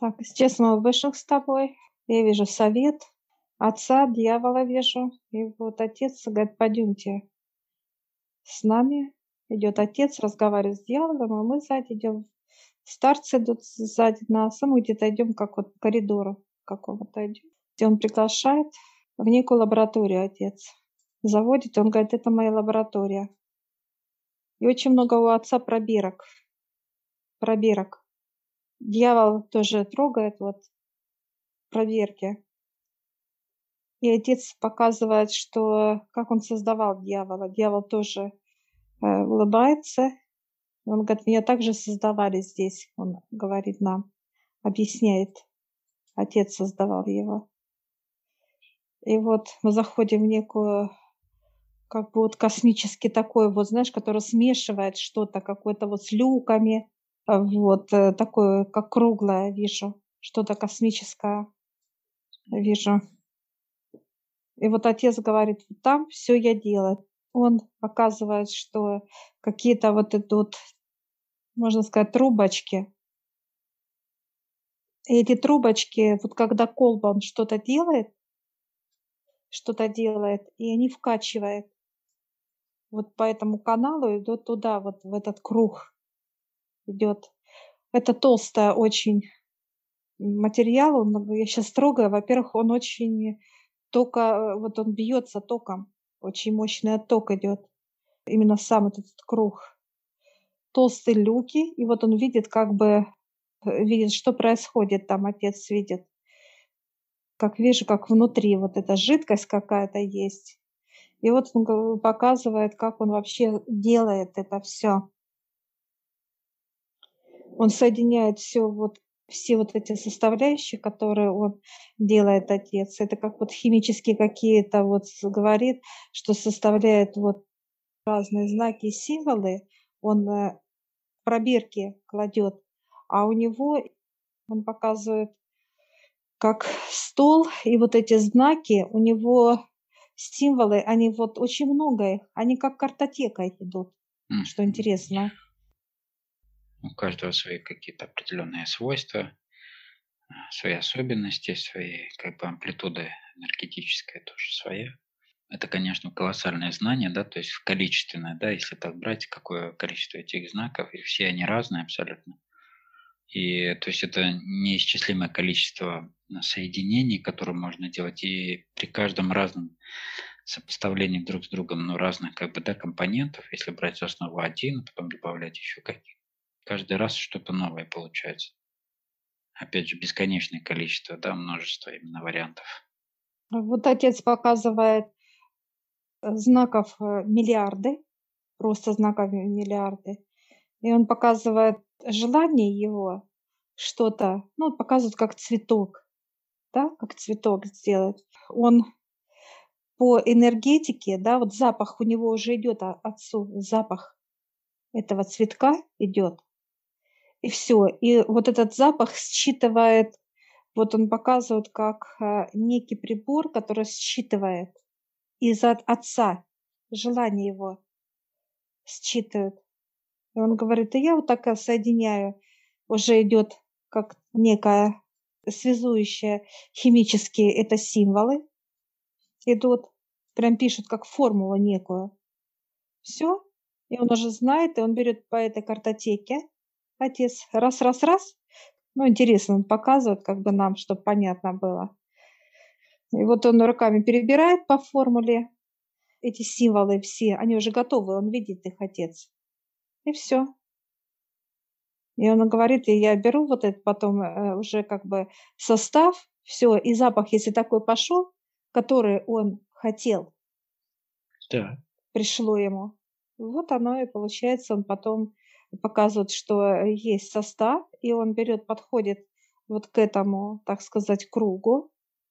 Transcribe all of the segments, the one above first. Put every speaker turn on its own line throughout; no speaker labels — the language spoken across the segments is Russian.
Так, естественно, высших с тобой. Я вижу совет отца, дьявола вижу. И вот отец говорит: пойдемте с нами. Идет отец, разговаривает с дьяволом, а мы сзади идем. Старцы идут сзади нас, а мы где-то идем, как вот по коридору какому-то идем, где он приглашает в некую лабораторию отец. Заводит, он говорит: это моя лаборатория. И очень много у отца пробирок. Пробирок. Дьявол тоже трогает вот проверки. И отец показывает, что как он создавал дьявола. Дьявол тоже улыбается. Он говорит: меня также создавали здесь. Он говорит нам, объясняет. Отец создавал его. И вот мы заходим в некую, как бы вот космический такой, вот знаешь, который смешивает что-то, какое-то вот с люками, вот такое, как круглое вижу, что-то космическое вижу. И вот отец говорит: вот там все я делаю. Он показывает, что какие-то вот идут, можно сказать, трубочки. И эти трубочки, вот когда колба, он что-то делает, и они вкачивает. Вот по этому каналу идут туда, вот в этот круг идет. Это толстая очень материал, он, я сейчас трогаю, во-первых, он очень вот он бьется током, очень мощный отток идет, именно сам этот круг. Толстые люки, и вот он видит, как бы, видит, что происходит там, отец видит. Как вижу, как внутри вот эта жидкость какая-то есть. И вот он показывает, как он вообще делает это все. Он соединяет все вот эти составляющие, которые он делает, отец. Это как вот химические какие-то вот говорит, что составляет вот разные знаки и символы. Он пробирки кладет, а у него он показывает как стол, и вот эти знаки, у него символы, они вот очень много их, они как картотека идут, что
Мгм.
интересно.
У каждого свои какие-то определенные свойства, свои особенности, свои как бы амплитуда энергетическая тоже своя. Это, конечно, колоссальное знание, да, то есть количественное, да, если так брать, какое количество этих знаков, и все они разные абсолютно. И то есть это неисчислимое количество соединений, которые можно делать, и при каждом разном сопоставлении друг с другом, ну, разных как бы, да, компонентов, если брать за основу один, а потом добавлять еще какие-то, каждый раз что-то новое получается. Опять же, бесконечное количество, да, множество именно вариантов.
Вот отец показывает знаков миллиарды, просто знаков миллиарды. И он показывает желание его что-то, ну, он показывает как цветок, да, как цветок сделать. Он по энергетике, да, вот запах у него уже идет отцу, запах этого цветка идет. И все. И вот этот запах считывает, вот он показывает как, некий прибор, который считывает из от отца желание его считывает. И он говорит: "И я вот так, соединяю". Уже идет как некая связующая, химические это символы идут, прям пишут как формулу некую. Все. И он уже знает, и он берет по этой картотеке, отец, раз раз раз. Ну, интересно, он показывает как бы нам, чтобы понятно было. И вот он руками перебирает по формуле эти символы все, они уже готовы, он видит их, отец. И все. И он говорит, и я беру вот этот потом, уже как бы состав, все, и запах, если такой пошел, который он хотел,
Да.
пришло ему, вот оно и получается, он потом показывает, что есть состав, и он берет, подходит вот к этому, так сказать, кругу,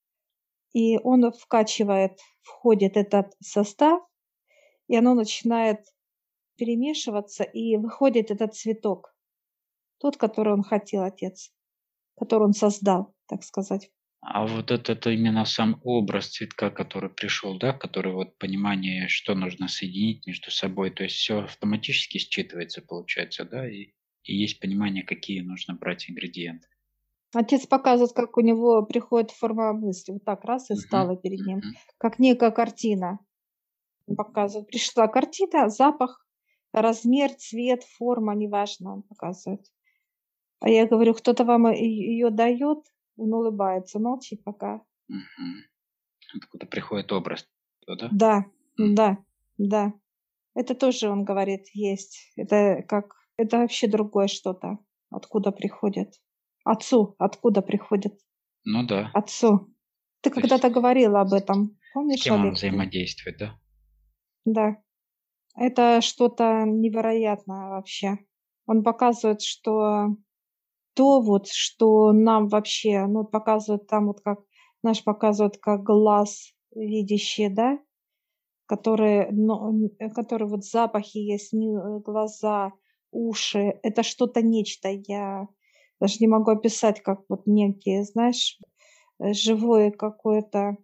и он входит этот состав, и оно начинает перемешиваться, и выходит этот цветок, тот, который он хотел, отец, который он создал, так сказать.
А вот это именно сам образ цветка, который пришел, да, который вот понимание, что нужно соединить между собой, то есть все автоматически считывается, получается, да, и есть понимание, какие нужно брать ингредиенты.
Отец показывает, как у него приходит форма мысли. Вот так раз и
Мгм.
стала перед ним,
Мгм.
как некая картина. Он показывает. Пришла картина, запах, размер, цвет, форма, неважно, он показывает. А я говорю: "Кто-то вам ее дает?" Он улыбается, молчит пока.
Мгм. Откуда приходит образ, да?
Да,
М.
да, да. Это тоже, он говорит, есть. Это как это вообще другое что-то. Откуда приходит. Отцу откуда приходит.
Ну да.
Отцу. Ты
То есть
когда-то говорила об этом.
с
Помнишь,
кем он
Олег, ты?
взаимодействует, да?
Да. Это что-то невероятное вообще. Он показывает, что то вот, что нам вообще, ну, показывает там вот как, наш показывает как глаз видящий, да, которые, но, которые вот запахи есть, глаза, уши. Это что-то нечто. Я даже не могу описать, как вот некие, знаешь, живое какое-то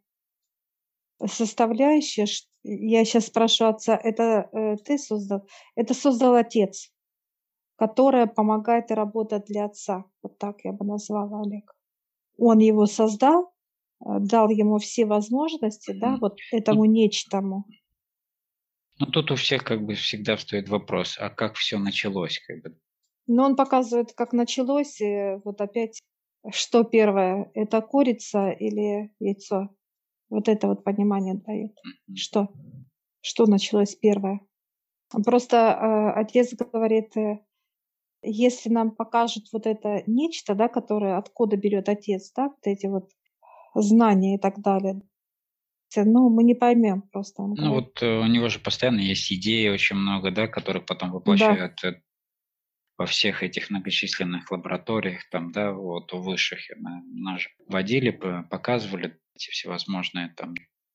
составляющее. Я сейчас спрашиваю отца, это ты создал? Это создал отец, которая помогает и работает для отца. Вот так я бы назвала, Олег. Он его создал, дал ему все возможности, да,
Мгм.
вот
Ну
этому нечтому.
ну, тут у всех как бы всегда встаёт вопрос: а как все началось, как бы?
Но он показывает, как началось, вот опять, что первое: это курица или яйцо. Вот это вот понимание дает.
Мгм.
Что? Что началось первое? Просто, отец говорит, если нам покажут вот это нечто, да, которое откуда берет отец, да, вот эти вот знания и так далее, ну, мы не поймем просто, он
Ну
говорит.
вот, у него же постоянно есть идеи очень много, да, которые потом
Да,
воплощают, во всех этих многочисленных лабораториях, там, да, вот у высших. И мы нас же водили, показывали эти всевозможные там.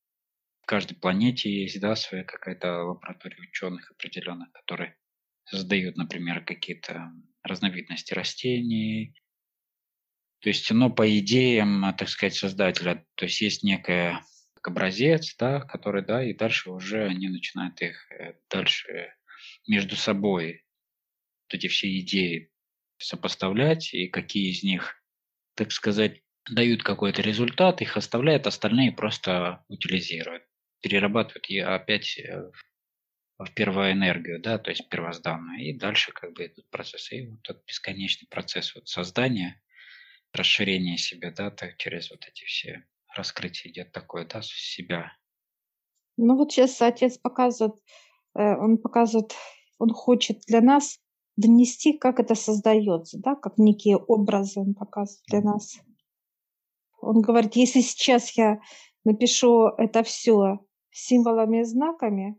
В каждой планете есть, да, своя какая-то лаборатория ученых определенных, которые создают, например, какие-то разновидности растений. То есть, ну, по идеям, так сказать, создателя, то есть есть некая как образец, да, который, да, и дальше уже они начинают их дальше между собой, вот эти все идеи сопоставлять, и какие из них, так сказать, дают какой-то результат, их оставляют, остальные просто утилизируют, перерабатывают и опять в первоэнергию, да, то есть первозданную, и дальше как бы идут процессы. И вот тот бесконечный процесс вот создания, расширения себя, да, так через вот эти все раскрытия идет такое, да, себя.
ну вот сейчас отец показывает, он показывает, он хочет для нас донести, как это создается, да, как некие образы он показывает для нас. Он говорит: "Если сейчас я напишу это все символами и знаками",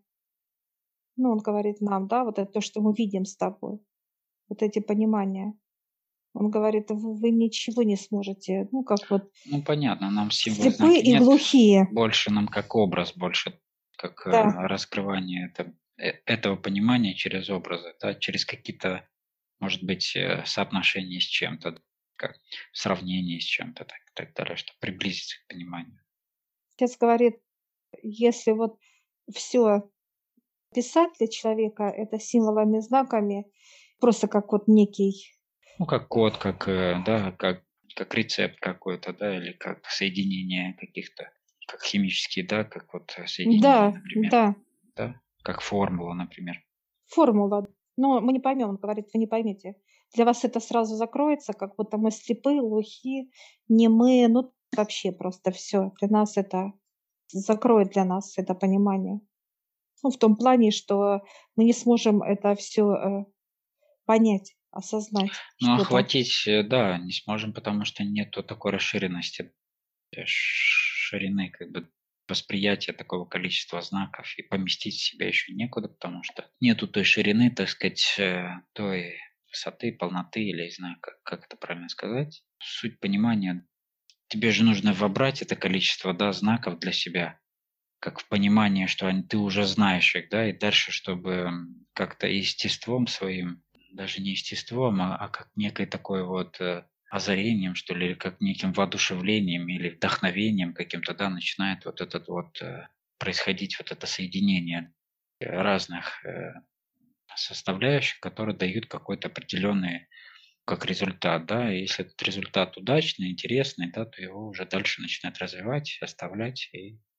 ну, он говорит нам, да, вот это то, что мы видим с тобой, вот эти понимания. Он говорит: Вы ничего не сможете". Ну, как вот
Ну, понятно, нам символы,
слепые
знаки
и
нет,
глухие.
больше нам как образ, больше как
Да.
раскрывание этого понимания через образы, да, через какие-то, может быть, соотношения с чем-то, да, как сравнение с чем-то, так далее, чтобы приблизиться к пониманию.
Отец говорит, если вот все писать для человека — это символами, знаками, просто как вот некий.
Ну, как код, как, да, как рецепт какой-то, да, или как соединение каких-то, как химические, да, как вот
Да,
соединение, например,
да,
да, как формула, например.
формула. Но мы не поймем, он говорит: "Вы не поймете. Для вас это сразу закроется, как будто мы слепые, глухие, немые". Ну, вообще просто все. Для нас это закроет для нас это понимание. Ну, в том плане, что мы не сможем это все понять, осознать
Ну,
что-то.
охватить, да, не сможем, потому что нету такой расширенности, ширины как бы восприятия такого количества знаков, и поместить себя еще некуда, потому что нету той ширины, так сказать, той высоты, полноты, или не знаю, как это правильно сказать. Суть понимания. Тебе же нужно вобрать это количество, да, знаков для себя, как в понимание, что ты уже знаешь их, да, и дальше, чтобы как-то естеством своим, даже не естеством, а как некой такой вот озарением, что ли, или как неким воодушевлением или вдохновением каким-то, да, начинает вот этот вот происходить вот это соединение разных составляющих, которые дают какой-то определенный как результат, да, и если этот результат удачный, интересный, да, то его уже дальше начинают развивать, оставлять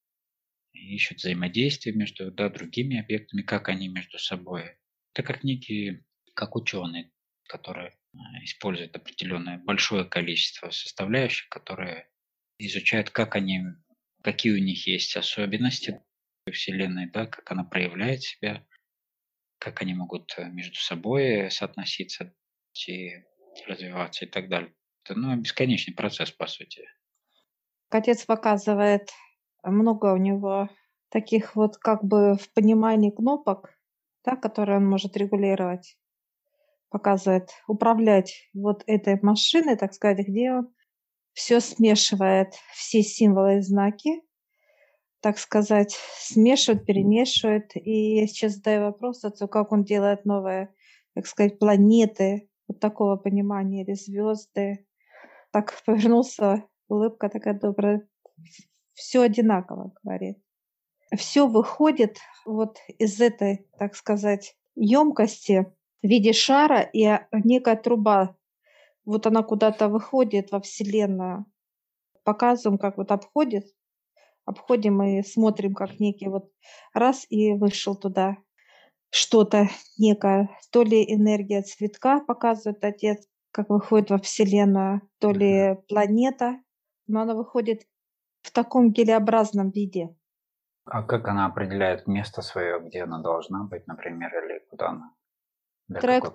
и ищут взаимодействие между, да, другими объектами, как они между собой. Это как некие, как ученые, которые используют определенное большое количество составляющих, которые изучают, как они, какие у них есть особенности Вселенной, да, как она проявляет себя, как они могут между собой соотноситься и развиваться и так далее. Это, ну, бесконечный процесс, по сути.
Отец показывает, много у него таких вот как бы в понимании кнопок, да, которые он может регулировать. Показывает, управлять вот этой машиной, так сказать, где он все смешивает, все символы и знаки, так сказать, смешивает, перемешивает. И я сейчас задаю вопрос отцу, как он делает новые, так сказать, планеты, вот такого понимания, или звезды. Так повернулся, улыбка такая добрая. Все одинаково, говорит. Все выходит вот из этой, так сказать, емкости в виде шара и некая труба. Вот она куда-то выходит во Вселенную. Показываем, как вот обходим и смотрим, как некий вот раз и вышел туда что-то некое. То ли энергия цветка, показывает отец, как выходит во Вселенную, то
Мгм.
ли планета, но она выходит в таком гелеобразном виде.
А как она определяет место свое, где она должна быть, например, или куда она? Для какой?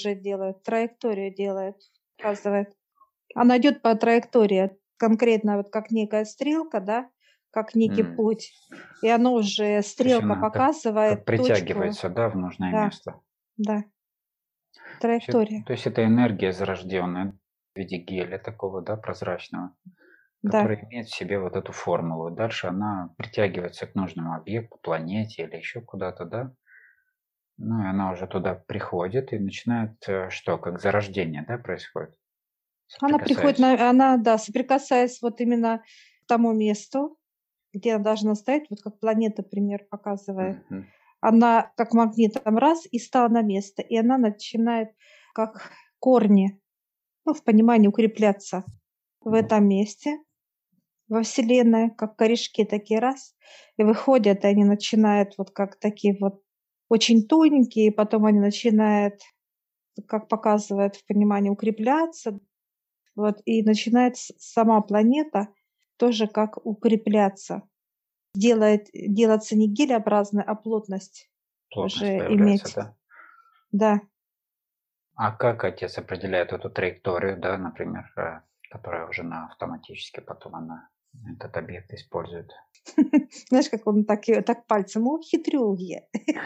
Траекторию делает, показывает. Она идет по траектории, конкретно вот как некая стрелка, да, как некий
М.
путь. И оно уже,
То есть
стрелка
она как
показывает точку.
притягивается, да, в нужное
Да,
место.
да,
То есть,
траектория.
то есть это энергия зарожденная в виде геля такого, да, прозрачного,
Да.
который имеет в себе вот эту формулу. Дальше она притягивается к нужному объекту, планете или еще куда-то, да. Ну и она уже туда приходит и начинает что, как зарождение, да, происходит,
Она приходит
соприкасаясь.
на она, да, соприкасаясь вот именно к тому месту, где она должна стоять, вот как планета, пример показывает.
Мгм.
Она как магнитом раз и стала на место, и она начинает как корни, ну, в понимании укрепляться в
Ну,
этом месте, во Вселенной, как корешки такие раз, и выходят, и они начинают вот как такие вот очень тоненькие, и потом они начинают, как показывает в понимании, укрепляться. Вот, и начинает сама планета тоже как укрепляться. Делаться не гелеобразной, а плотность
плотность
уже
появляется,
иметь.
да.
Да.
А как отец определяет эту траекторию, да, например, которая уже на автоматически потом она этот объект использует?
Знаешь, как он так пальцем: "О, хитрюги".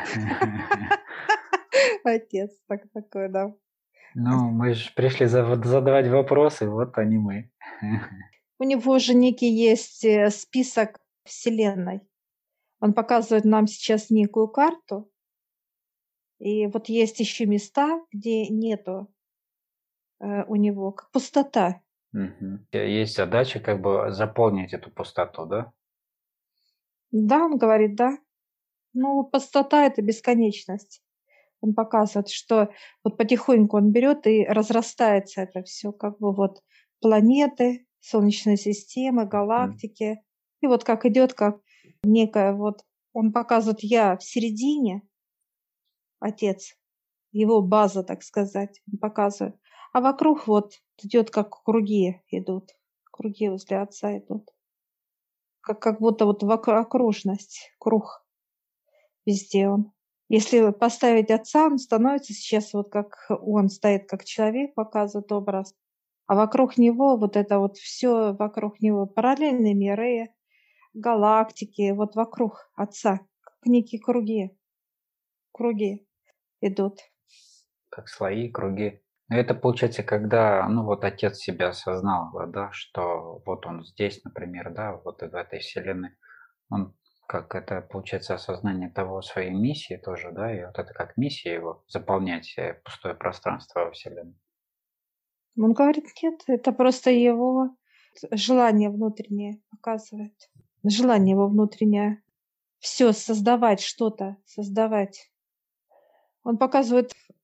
Отец такой, да.
Ну, мы же пришли задавать вопросы, вот они мы.
У него же некий есть, список Вселенной. Он показывает нам сейчас некую карту, и вот есть еще места, где нету, у него как пустота.
Мгм. Есть задача как бы заполнить эту пустоту, да?
Да, он говорит, да. Ну, пустота — это бесконечность. Он показывает, что вот потихоньку он берет и разрастается это все, как бы вот планеты, Солнечной системы,
Мгм.
галактики. И вот как идет, как некая вот он показывает я в середине, отец, его база, так сказать, он показывает. А вокруг вот идет, как круги идут, круги возле отца идут. Как будто вот окружность, круг везде он. Если поставить отца, он становится сейчас вот как он стоит как человек, показывает образ, а вокруг него вот это вот все вокруг него параллельные миры, галактики, вот вокруг отца, как некие круги идут.
Как слои, круги. Но это получается, когда, ну вот отец себя осознал, да, что вот он здесь, например, да, вот в этой вселенной, он как это получается осознание того своей миссии тоже, да, и вот это как миссия его заполнять пустое пространство во вселенной.
Он говорит: "Нет, это просто его желание внутреннее показывает". Желание его внутреннее все создавать что-то, создавать. Он показывает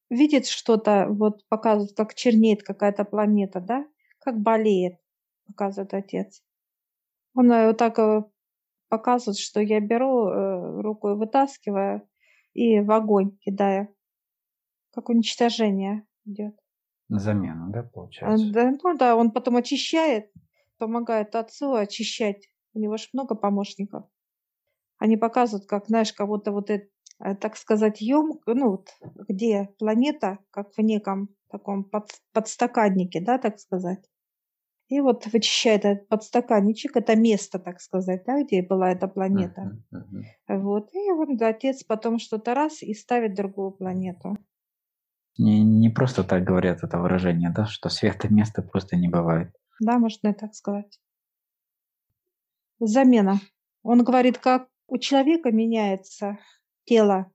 видит что-то, вот показывает, как чернеет какая-то планета, да, как болеет, показывает отец. Он вот так показывает, что я беру рукой, вытаскиваю и в огонь кидаю, как уничтожение идет.
На замену, да, получается?
Да, ну да, он потом очищает, помогает отцу очищать. У него же много помощников. Они показывают, как, знаешь, как будто вот это, так сказать, ну вот, где планета, как в неком таком подстаканнике, да, так сказать. И вот вычищает этот подстаканничек, это место, так сказать, да, где была эта планета.
Мгм, мгм.
Вот. И вот отец потом что-то раз и ставит другую планету.
Не просто так говорят это выражение, да, что света места просто не бывает.
Да, можно и так сказать. Замена. Он говорит, как у человека меняется тело,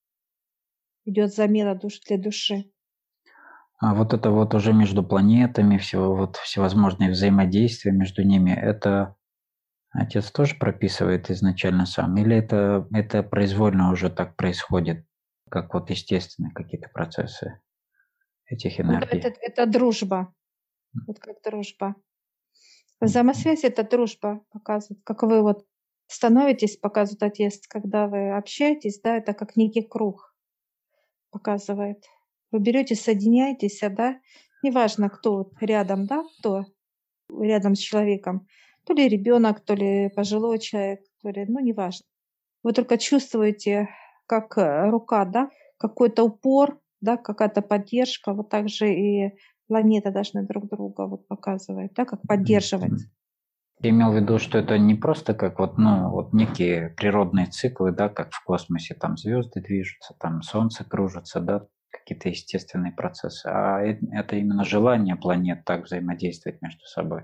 идет замена для души.
А вот это вот уже между планетами, всевозможные взаимодействия между ними, это отец тоже прописывает изначально сам? Или это произвольно уже так происходит, как вот естественные какие-то процессы этих
Он говорит,
энергий?
это дружба. Вот как дружба. Взаимосвязь — это дружба, показывает, как вы вот становитесь, показывает отец, когда вы общаетесь, да, это как некий круг показывает. Вы берете, соединяетесь, да, неважно, кто вот рядом, да, кто рядом с человеком, то ли ребенок, то ли пожилой человек, то ли, ну, неважно. Вы только чувствуете, как рука, да, какой-то упор, да, какая-то поддержка, вот так же и планеты должны друг друга вот показывать, да, как поддерживать.
Мгм. Я имел в виду, что это не просто как вот, ну, вот некие природные циклы, да, как в космосе, там звезды движутся, там Солнце кружится, да, какие-то естественные процессы, а это именно желание планет так взаимодействовать между собой.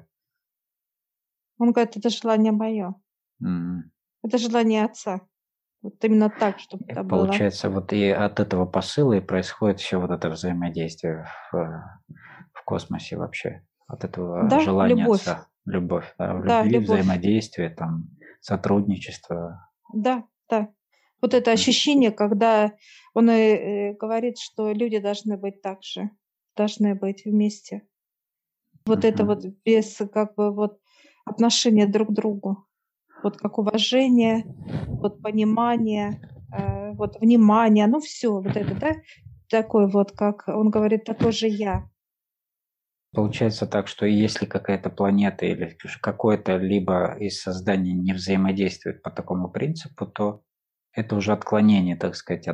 Он говорит, это желание мое,
М.
это желание отца. Вот именно так, чтобы
И
это было.
получается, вот и от этого посыла и происходит все вот это взаимодействие в космосе вообще. От этого
Да,
желания
любовь,
отца. Любовь, да, в
да,
любви,
любовь,
взаимодействие, там, сотрудничество.
да, да. Вот это
Мгм.
ощущение, когда он говорит, что люди должны быть так же, должны быть вместе. Вот это
Мгм.
вот без как бы вот отношения друг к другу. Вот как уважение, вот понимание, вот внимание, ну все вот это, да, такой вот, как он говорит, такой же я.
Получается так, что если какая-то планета или какое-то либо из созданий не взаимодействует по такому принципу, то это уже отклонение, так сказать,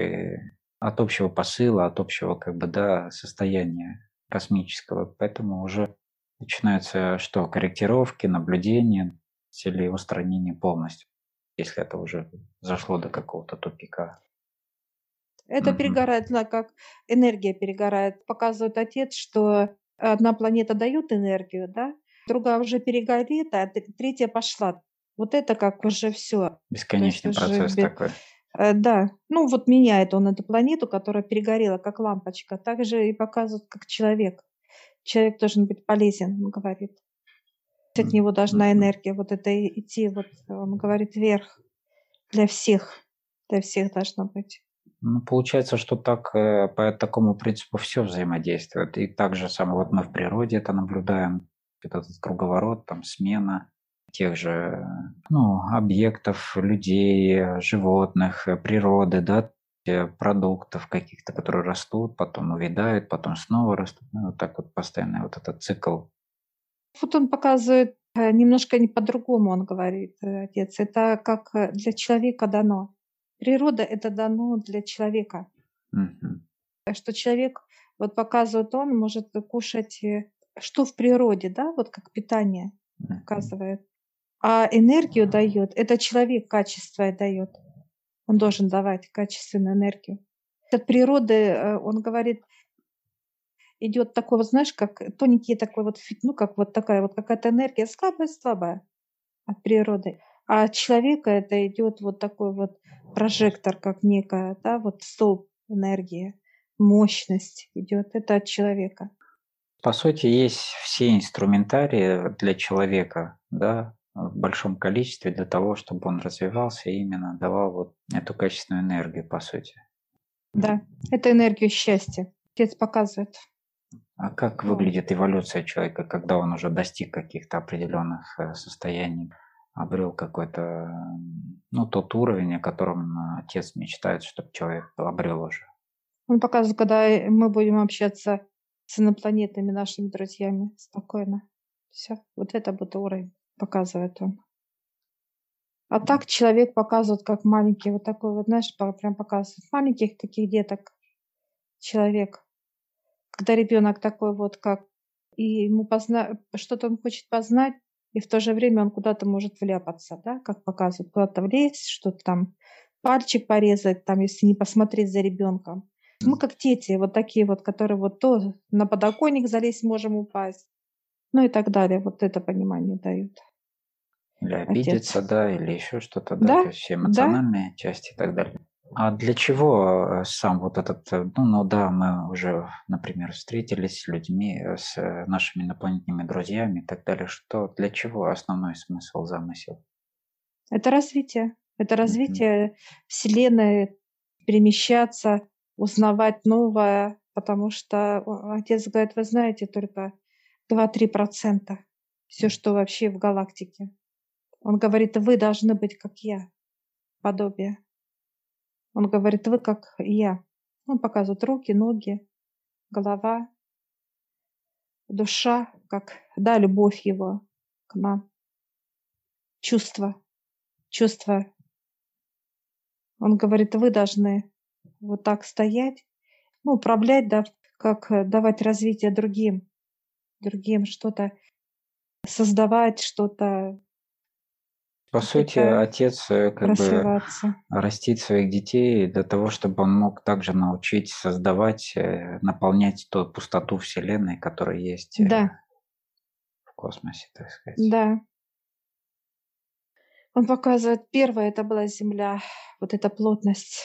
от общего посыла, от общего как бы, да, состояния космического. Поэтому уже начинаются что? Корректировки, наблюдения или устранение полностью, если это уже зашло до какого-то тупика.
Это
Мгм.
перегорает, как энергия перегорает. Показывает отец, что одна планета дает энергию, да, другая уже перегорит, а третья пошла. Вот это как уже все. То есть
Бесконечный
уже
процесс такой.
да, ну вот меняет он эту планету, которая перегорела, как лампочка. Также и показывает, как человек. Человек должен быть полезен, он говорит. От него должна
Мгм.
энергия вот это идти, вот он говорит, вверх для всех должно быть.
Ну, получается, что так, по такому принципу все взаимодействует. И так же самое вот мы в природе это наблюдаем, этот круговорот, там смена тех же, ну, объектов, людей, животных, природы, да, продуктов каких-то, которые растут, потом увядают, потом снова растут. Ну, вот так вот постоянно вот этот цикл.
Вот он показывает, немножко не по-другому, он говорит, отец. Это как, для человека дано. Природа — это дано для человека.
Мгм.
Что человек, вот показывает он, может кушать, что в природе, да, вот как питание
Мгм.
показывает. А энергию дает, это человек качество дает. Он должен давать качественную энергию. От природы, он говорит, идет такой вот, знаешь, как тоненький такой вот, ну, как вот такая вот какая-то энергия слабая-слабая от природы. А от человека это идет вот такой вот прожектор, как некая, да, вот столб энергии, мощность идет. Это от человека.
По сути, есть все инструментарии для человека, да, в большом количестве для того, чтобы он развивался и именно давал вот эту качественную энергию, по сути.
Да, это энергию счастья. Отец показывает.
А как
Вот.
выглядит эволюция человека, когда он уже достиг каких-то определенных состояний, обрел какой-то, ну, тот уровень, о котором отец мечтает, чтобы человек обрел уже?
Он показывает, когда мы будем общаться с инопланетными нашими друзьями спокойно. Все, вот это будет уровень, показывает он. А так человек показывает, как маленький, вот такой вот, знаешь, прям показывает маленьких таких деток человек. Когда ребенок такой вот, как и ему что-то он хочет познать, и в то же время он куда-то может вляпаться, да, как показывают, куда-то влезть, что-то там, пальчик порезать, там, если не посмотреть за ребенком. Мы как дети, вот такие вот, которые вот то на подоконник залезть можем упасть, ну и так далее. Вот это понимание дают
Или
отец.
обидеться, да, или еще что-то, да,
Да,
то есть все
да,
эмоциональные части и так далее. А для чего сам вот этот, ну да, мы уже, например, встретились с людьми, с нашими инопланетными друзьями и так далее, что для чего основной смысл, замысел?
это развитие. Это
Мгм.
развитие Вселенной, перемещаться, узнавать новое, потому что отец говорит, вы знаете, только 2-3% все, что вообще в галактике. Он говорит, вы должны быть как я, подобие. Он говорит, вы как я. Он показывает руки, ноги, голова, душа, как, да, любовь его к нам, чувства, чувства. Он говорит, вы должны вот так стоять, ну, управлять, да, как давать развитие другим что-то создавать, что-то
По сути,
где-то
отец как бы
развиваться.
растит своих детей для того, чтобы он мог также научить создавать, наполнять ту пустоту Вселенной, которая есть
Да,
в космосе, так сказать.
да. Он показывает, первое это была Земля, вот эта плотность.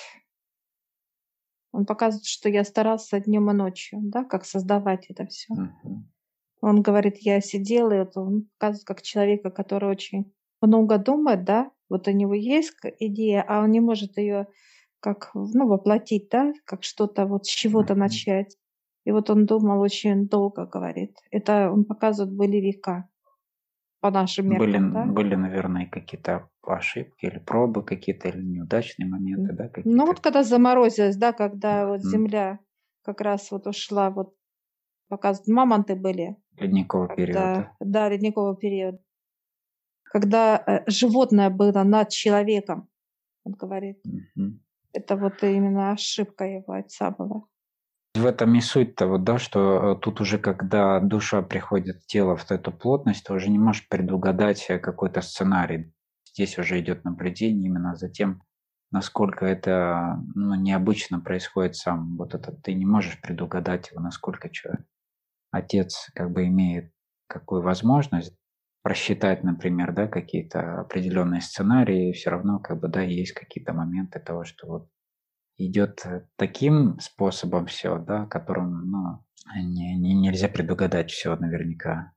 Он показывает, что я старался днем и ночью, да, как создавать это все.
Мгм.
Он говорит, я сидел, и вот он показывает как человека, который очень много думает, да, вот у него есть идея, а он не может ее как, ну, воплотить, да, как что-то вот с чего-то
Мгм.
начать. И вот он думал очень долго, говорит. Это он показывает, были века по нашим
Были,
меркам, да.
были, наверное, какие-то ошибки или пробы какие-то, или неудачные моменты, да,
Ну
какие-то.
вот когда заморозилось, да, когда вот
Мгм.
земля как раз вот ушла, вот показывают, мамонты были,
Ледниковый период, да.
когда, да, ледниковый период, когда животное было над человеком, он говорит.
Мгм.
Это вот именно ошибка его отца была.
В этом и суть-то, вот, да, что тут уже когда душа приходит в тело, в эту плотность, ты уже не можешь предугадать какой-то сценарий. Здесь уже идет наблюдение именно за тем, насколько это, ну, необычно происходит сам. Вот это ты не можешь предугадать его, насколько человек. Отец как бы имеет какую возможность просчитать, например, да, какие-то определенные сценарии, и все равно как бы, да, есть какие-то моменты того, что вот идет таким способом все, да, которым, ну, нельзя предугадать все наверняка.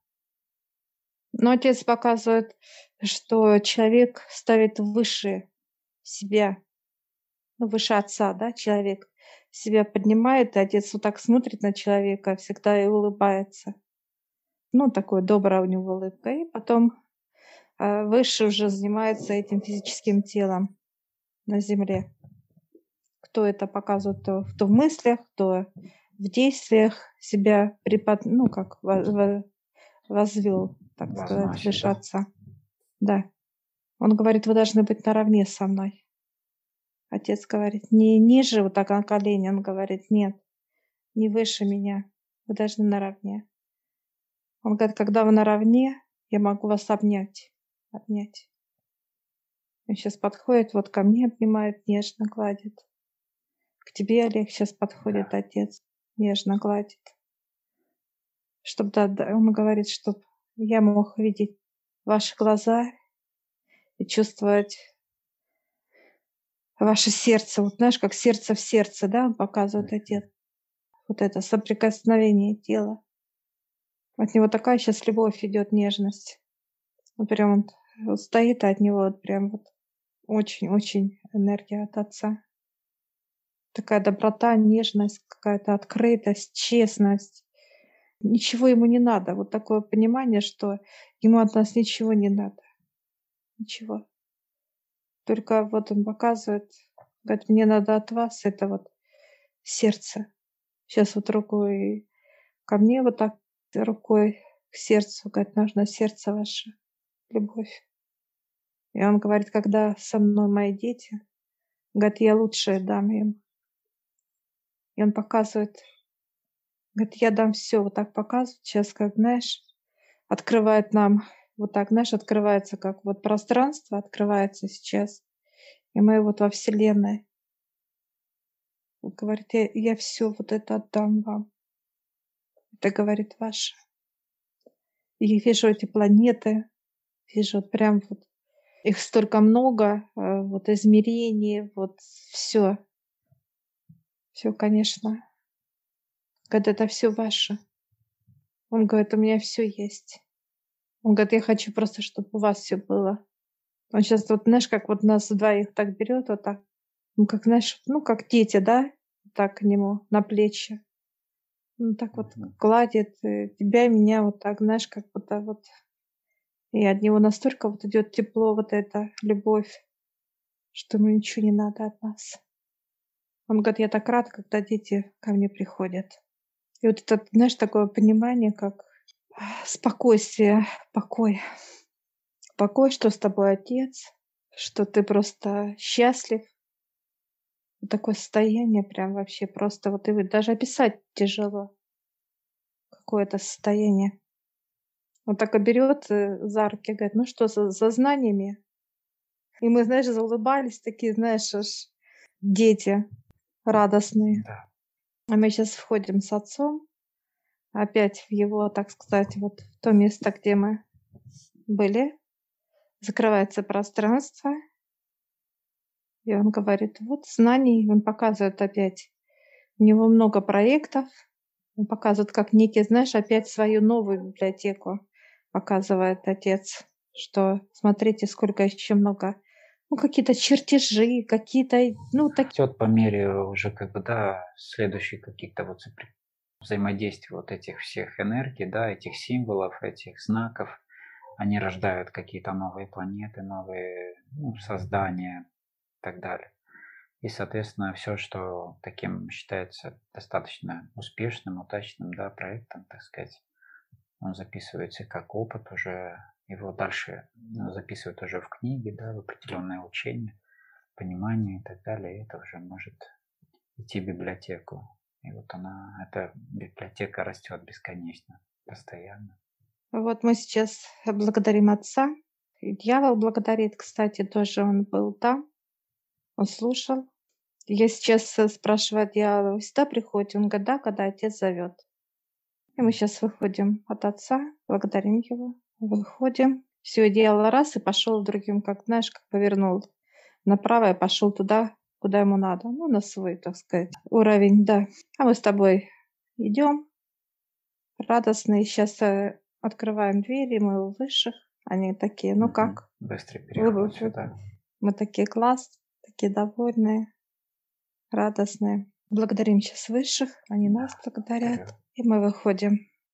Но отец показывает, что человек ставит выше себя, ну, выше отца, да, человек себя поднимает, и отец вот так смотрит на человека всегда и улыбается. Ну, такое добрая у него улыбка. И потом выше уже занимается этим физическим телом на земле. Кто это показывает, то в мыслях, то в действиях себя ну, как возвел, так сказать,
Возносит,
выше
да?
отца. Да. Он говорит: "Вы должны быть наравне со мной". Отец говорит: "Не ниже, вот так на колени". Он говорит: "Нет, не выше меня. Вы должны наравне". Он говорит: "Когда вы наравне, я могу вас обнять". Обнять. Он сейчас подходит, вот ко мне обнимает, нежно гладит. К тебе, Олег, сейчас подходит
Да.
отец, нежно гладит. Чтоб да, он говорит, чтоб я мог видеть ваши глаза и чувствовать ваше сердце. Вот знаешь, как сердце в сердце, да, он показывает отец. Вот это соприкосновение тела. От него такая сейчас любовь идет, нежность. Вот прям вот стоит, а от него вот прям вот очень-очень энергия от отца. такая доброта, нежность, какая-то открытость, честность. Ничего ему не надо. Вот такое понимание, что ему от нас ничего не надо. Ничего. Только вот он показывает, говорит, мне надо от вас это вот сердце. Сейчас вот рукой ко мне вот так рукой к сердцу, говорит, нужно сердце ваше, любовь. И он говорит, когда со мной мои дети, говорит, я лучшее дам им. И он показывает, говорит, я дам все, вот так показывает. Сейчас, как знаешь, открывает нам, вот так, знаешь, открывается, как вот пространство открывается сейчас. И мы вот во Вселенной. Он говорит, я все вот это отдам вам. Это, говорит, ваше. И вижу эти планеты, вижу вот прям вот их столько много, вот измерений, вот все, все, конечно. Говорит, это все ваше. Он говорит, у меня все есть. Он говорит, я хочу просто, чтобы у вас все было. Он сейчас вот, знаешь, как вот нас двоих так берет, вот так, ну, как, знаешь, ну, как дети, да, так к нему на плечи. Ну, так вот
Мгм.
гладит тебя и меня вот так, знаешь, как будто вот. И от него настолько вот идет тепло, вот эта любовь, что ему ничего не надо от нас. Он говорит, я так рад, когда дети ко мне приходят. И вот это, знаешь, такое понимание, как спокойствие, покой. Покой, что с тобой отец, что ты просто счастлив. Вот такое состояние прям вообще просто вот его даже описать тяжело. Какое-то состояние. Он так и берет за руки, говорит, ну что, за знаниями? И мы, знаешь, заулыбались, такие, знаешь, аж дети радостные.
Да.
А мы сейчас входим с отцом опять в его, так сказать, вот в то место, где мы были. Закрывается пространство, и он говорит, вот знаний, он показывает опять. У него много проектов, он показывает, как некий, знаешь, опять свою новую библиотеку показывает отец, что смотрите, сколько еще много, ну, какие-то чертежи, какие-то, ну, такие.
Растет по мере уже как бы, да, следующих каких-то вот взаимодействий вот этих всех энергий, да, этих символов, этих знаков. Они рождают какие-то новые планеты, новые, ну, создания и так далее. И, соответственно, все, что таким считается достаточно успешным, удачным, да, проектом, так сказать, он записывается как опыт уже, его дальше записывают уже в книги, да, в определенное учение, понимание и так далее, и это уже может идти в библиотеку. И вот она, эта библиотека растет бесконечно, постоянно.
Вот мы сейчас благодарим отца. И дьявол благодарит, кстати, тоже он был там, он слушал. Я сейчас спрашиваю дьявола, вы всегда приходите? Он говорит, да, когда отец зовет. И мы сейчас выходим от отца, благодарим его, выходим. Все, дьявол раз и пошел другим, как знаешь, как повернул направо и пошел туда, куда ему надо. Ну, на свой, так сказать, уровень, да. А мы с тобой идем радостные. Сейчас открываем двери, мы у высших. Они такие, ну как?
Быстрый переход
Улыбаются.
сюда.
Мы такие класс, такие довольные, радостные. Благодарим сейчас высших, они нас
Да,
благодарят.
благодарю.
И мы выходим.